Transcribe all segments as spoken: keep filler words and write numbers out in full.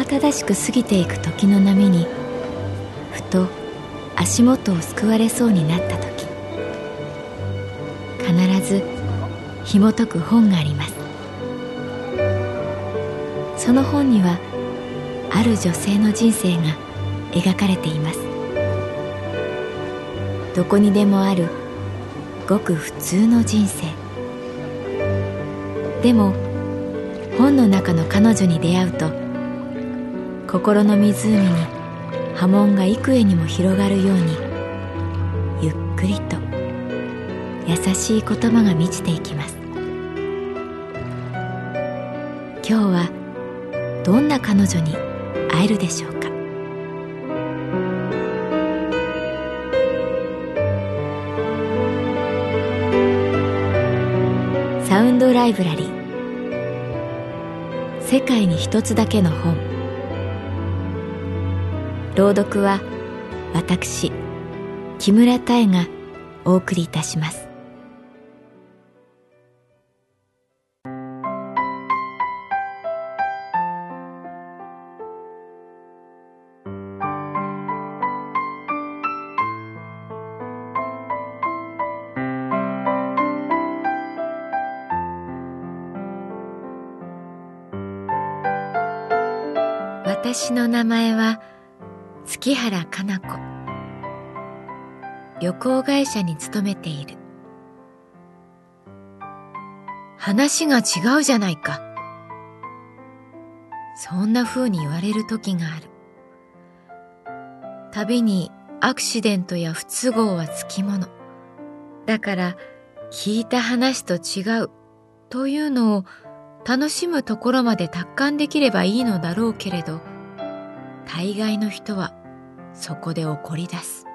慌ただしく過ぎていく時の波にふと足元をすくわれそうになった時、必ず紐解く本があります。その本にはある女性の人生が描かれています。どこにでもあるごく普通の人生でも、本の中の彼女に出会うと心の湖に波紋が幾重にも広がるように、ゆっくりと優しい言葉が満ちていきます。今日はどんな彼女に会えるでしょうか。サウンドライブラリー、世界に一つだけの本。朗読は私木村多江がお送りいたします。私の名前は月原かな子。旅行会社に勤めている。話が違うじゃないか。そんな風に言われる時がある。旅にアクシデントや不都合はつきもの。だから聞いた話と違うというのを楽しむところまで達観できればいいのだろうけれど、大概の人はそこで怒り出す。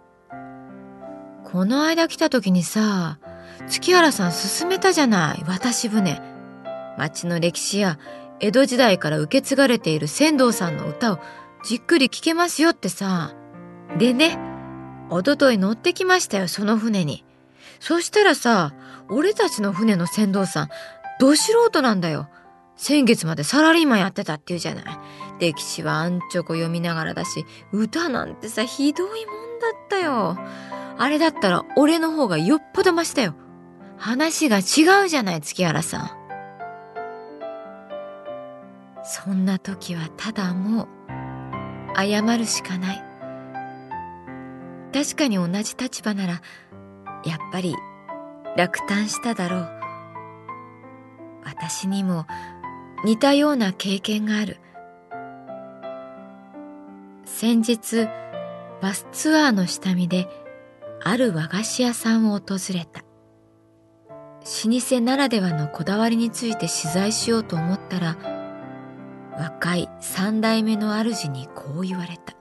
この間来た時にさ、月原さん勧めたじゃない、渡し船。町の歴史や江戸時代から受け継がれている船頭さんの歌をじっくり聞けますよってさ。でね、おととい乗ってきましたよ、その船に。そしたらさ、俺たちの船の船頭さん、ど素人なんだよ。先月までサラリーマンやってたって言うじゃない。歴史はあんちょこ読みながらだし、歌なんてさ、ひどいもんだったよ。あれだったら俺の方がよっぽどマシだよ。話が違うじゃない、月原さん。そんな時はただもう謝るしかない。確かに同じ立場ならやっぱり落胆しただろう。私にも似たような経験がある。先日バスツアーの下見である和菓子屋さんを訪れた。老舗ならではのこだわりについて取材しようと思ったら、若い三代目の主にこう言われた。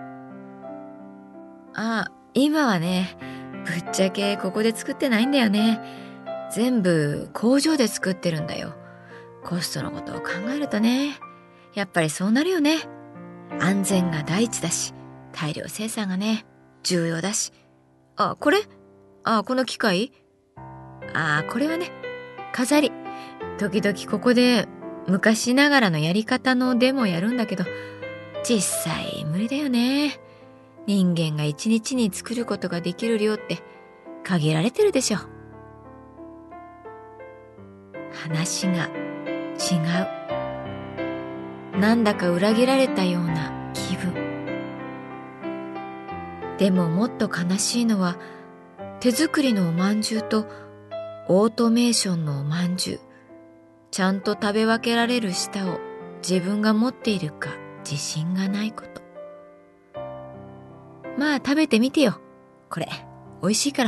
ああ、今はね、ぶっちゃけここで作ってないんだよね。全部工場で作ってるんだよ。コストのことを考えるとね、やっぱりそうなるよね。安全が第一だし、大量生産がね、重要だし。あ、これ？あ、この機械？あ、これはね、飾り。時々ここで昔ながらのやり方のデモやるんだけど、実際無理だよね。人間が一日に作ることができる量って限られてるでしょ。話が違う。なんだか裏切られたような気分。でももっと悲しいのは、手作りのおまんじゅうとオートメーションのおまんじゅう、ちゃんと食べ分けられる舌を自分が持っているか自信がないこと。まあ食べてみてよ。これ美味しいから。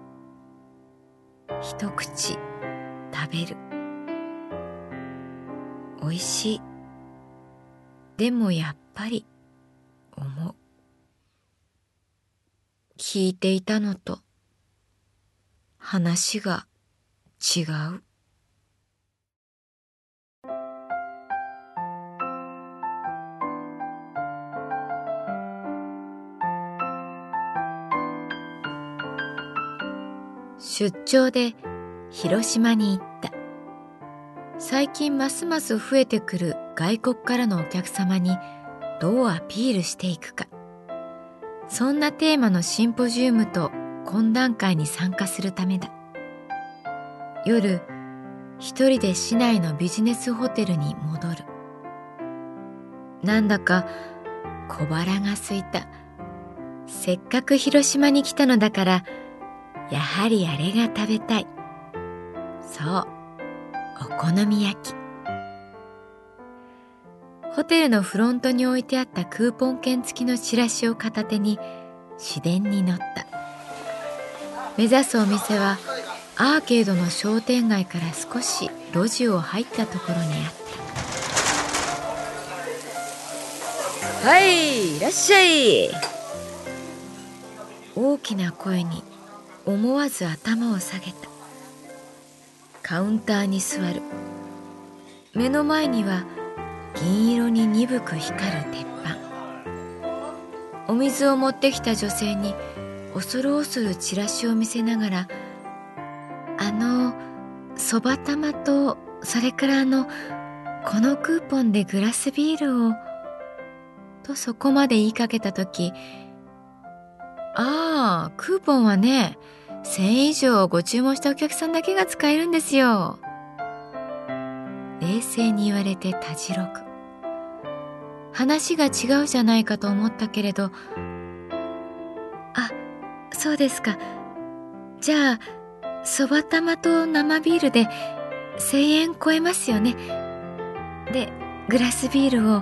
一口食べる。美味しい。でもやっぱり思う。聞いていたのと話が違う。出張で広島に行った。最近ますます増えてくる外国からのお客様にどうアピールしていくか、そんなテーマのシンポジウムと懇談会に参加するためだ。夜、一人で市内のビジネスホテルに戻る。なんだか小腹が空いた。せっかく広島に来たのだから、やはりあれが食べたい。そう、お好み焼き。ホテルのフロントに置いてあったクーポン券付きのチラシを片手に市電に乗った。目指すお店はアーケードの商店街から少し路地を入ったところにあった。はい、いらっしゃい。大きな声に思わず頭を下げた。カウンターに座る。目の前には銀色に鈍く光る鉄板。お水を持ってきた女性に恐る恐るチラシを見せながら、あのそば玉と、それからあのこのクーポンでグラスビールを、とそこまで言いかけたとき、ああ、クーポンはね、せんえん以上ご注文したお客さんだけが使えるんですよ。冷静に言われてたじろく。話が違うじゃないかと思ったけれど、あ、そうですか。じゃあ、そば玉と生ビールでせんえん超えますよね。で、グラスビールを。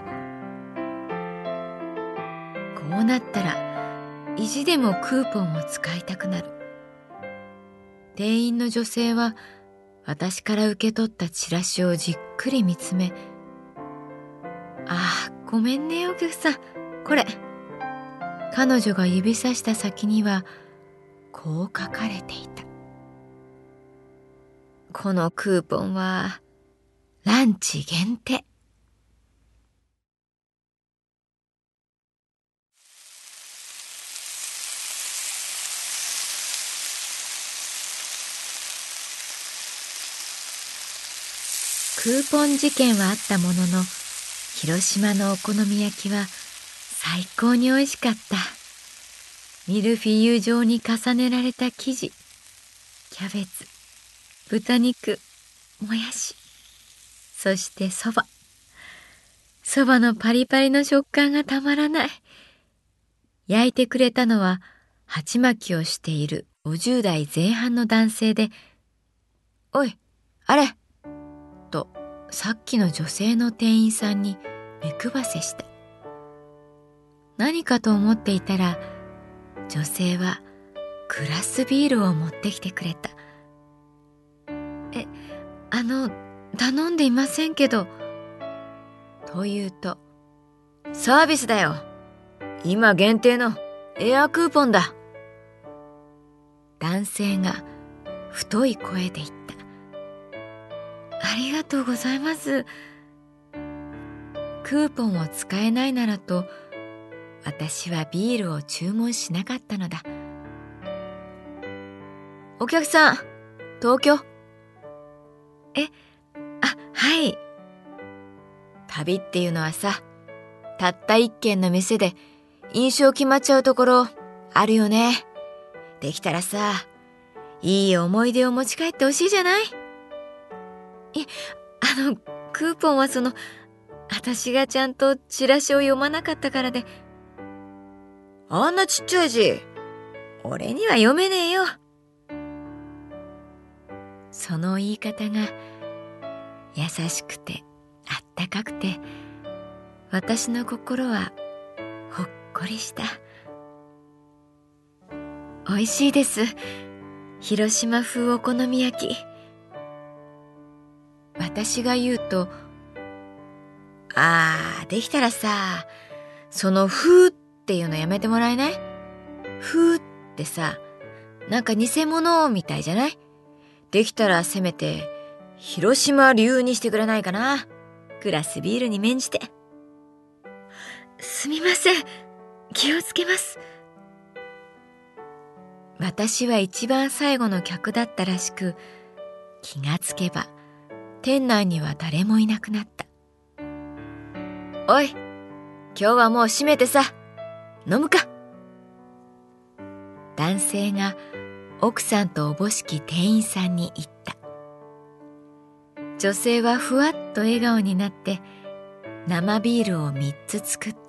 こうなったら、意地でもクーポンを使いたくなる。店員の女性は私から受け取ったチラシをじっくり見つめ、ああ、ごめんねお客さん、これ。彼女が指さした先にはこう書かれていた。このクーポンはランチ限定。クーポン事件はあったものの、広島のお好み焼きは最高に美味しかった。ミルフィーユ状に重ねられた生地、キャベツ、豚肉、もやし、そしてそば。そばのパリパリの食感がたまらない。焼いてくれたのは鉢巻きをしているごじゅう代前半の男性で、おい、あれとさっきの女性の店員さんに目配せした。何かと思っていたら、女性はグラスビールを持ってきてくれた。え、あの、頼んでいませんけど。と言うと、サービスだよ。今限定のエアクーポンだ。男性が太い声で言った。ありがとうございます。クーポンを使えないならと、私はビールを注文しなかったのだ。お客さん、東京？え、あ、はい。旅っていうのはさ、たった一軒の店で印象決まっちゃうところあるよね。できたらさ、いい思い出を持ち帰ってほしいじゃない？え、あの、クーポンはその、私がちゃんとチラシを読まなかったからで。あんなちっちゃい字、俺には読めねえよ。その言い方が優しくてあったかくて、私の心はほっこりした。おいしいです。広島風お好み焼き。私が言うと、ああ、できたらさ、その風っていうのやめてもらえない？風ってさ、なんか偽物みたいじゃない？できたらせめて広島流にしてくれないかな。グラスビールに免じて。すみません。気をつけます。私は一番最後の客だったらしく、気がつけば店内には誰もいなくなった。 おい、今日はもう閉めてさ、飲むか。男性が奥さんとおぼしき店員さんに言った。女性はふわっと笑顔になって生ビールを三つ作った。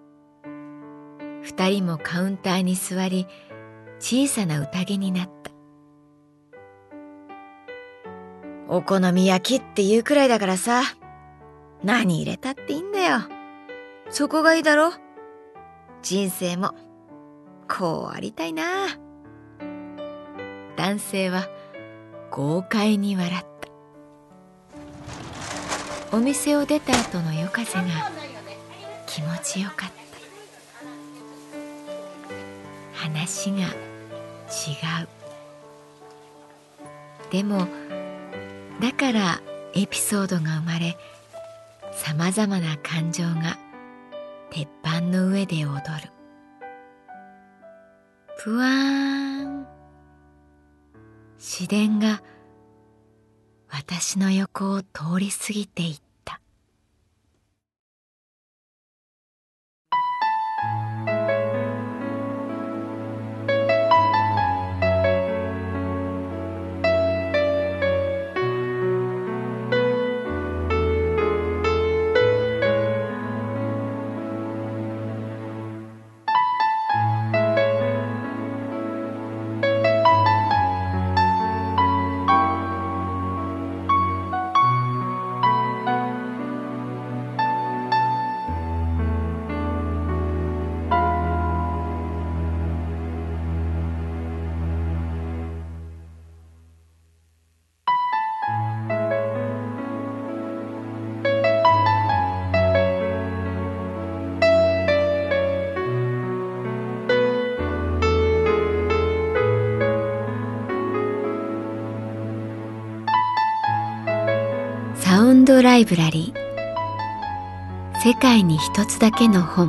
二人もカウンターに座り、小さな宴になった。お好み焼きっていうくらいだからさ、何入れたっていいんだよ。そこがいいだろ。人生もこうありたいな。男性は豪快に笑った。お店を出た後の夜風が気持ちよかった。話が違う。でもだからエピソードが生まれ、さまざまな感情が鉄板の上で踊る。ぷわーん。自然が私の横を通り過ぎていった。サウンドライブラリー、世界に一つだけの本。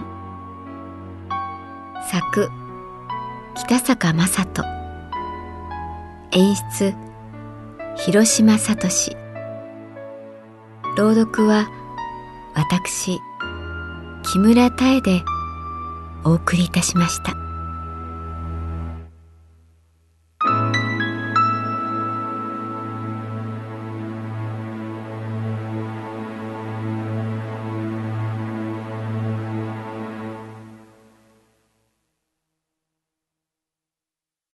作北坂雅人、演出広島聡、朗読は私木村多江でお送りいたしました。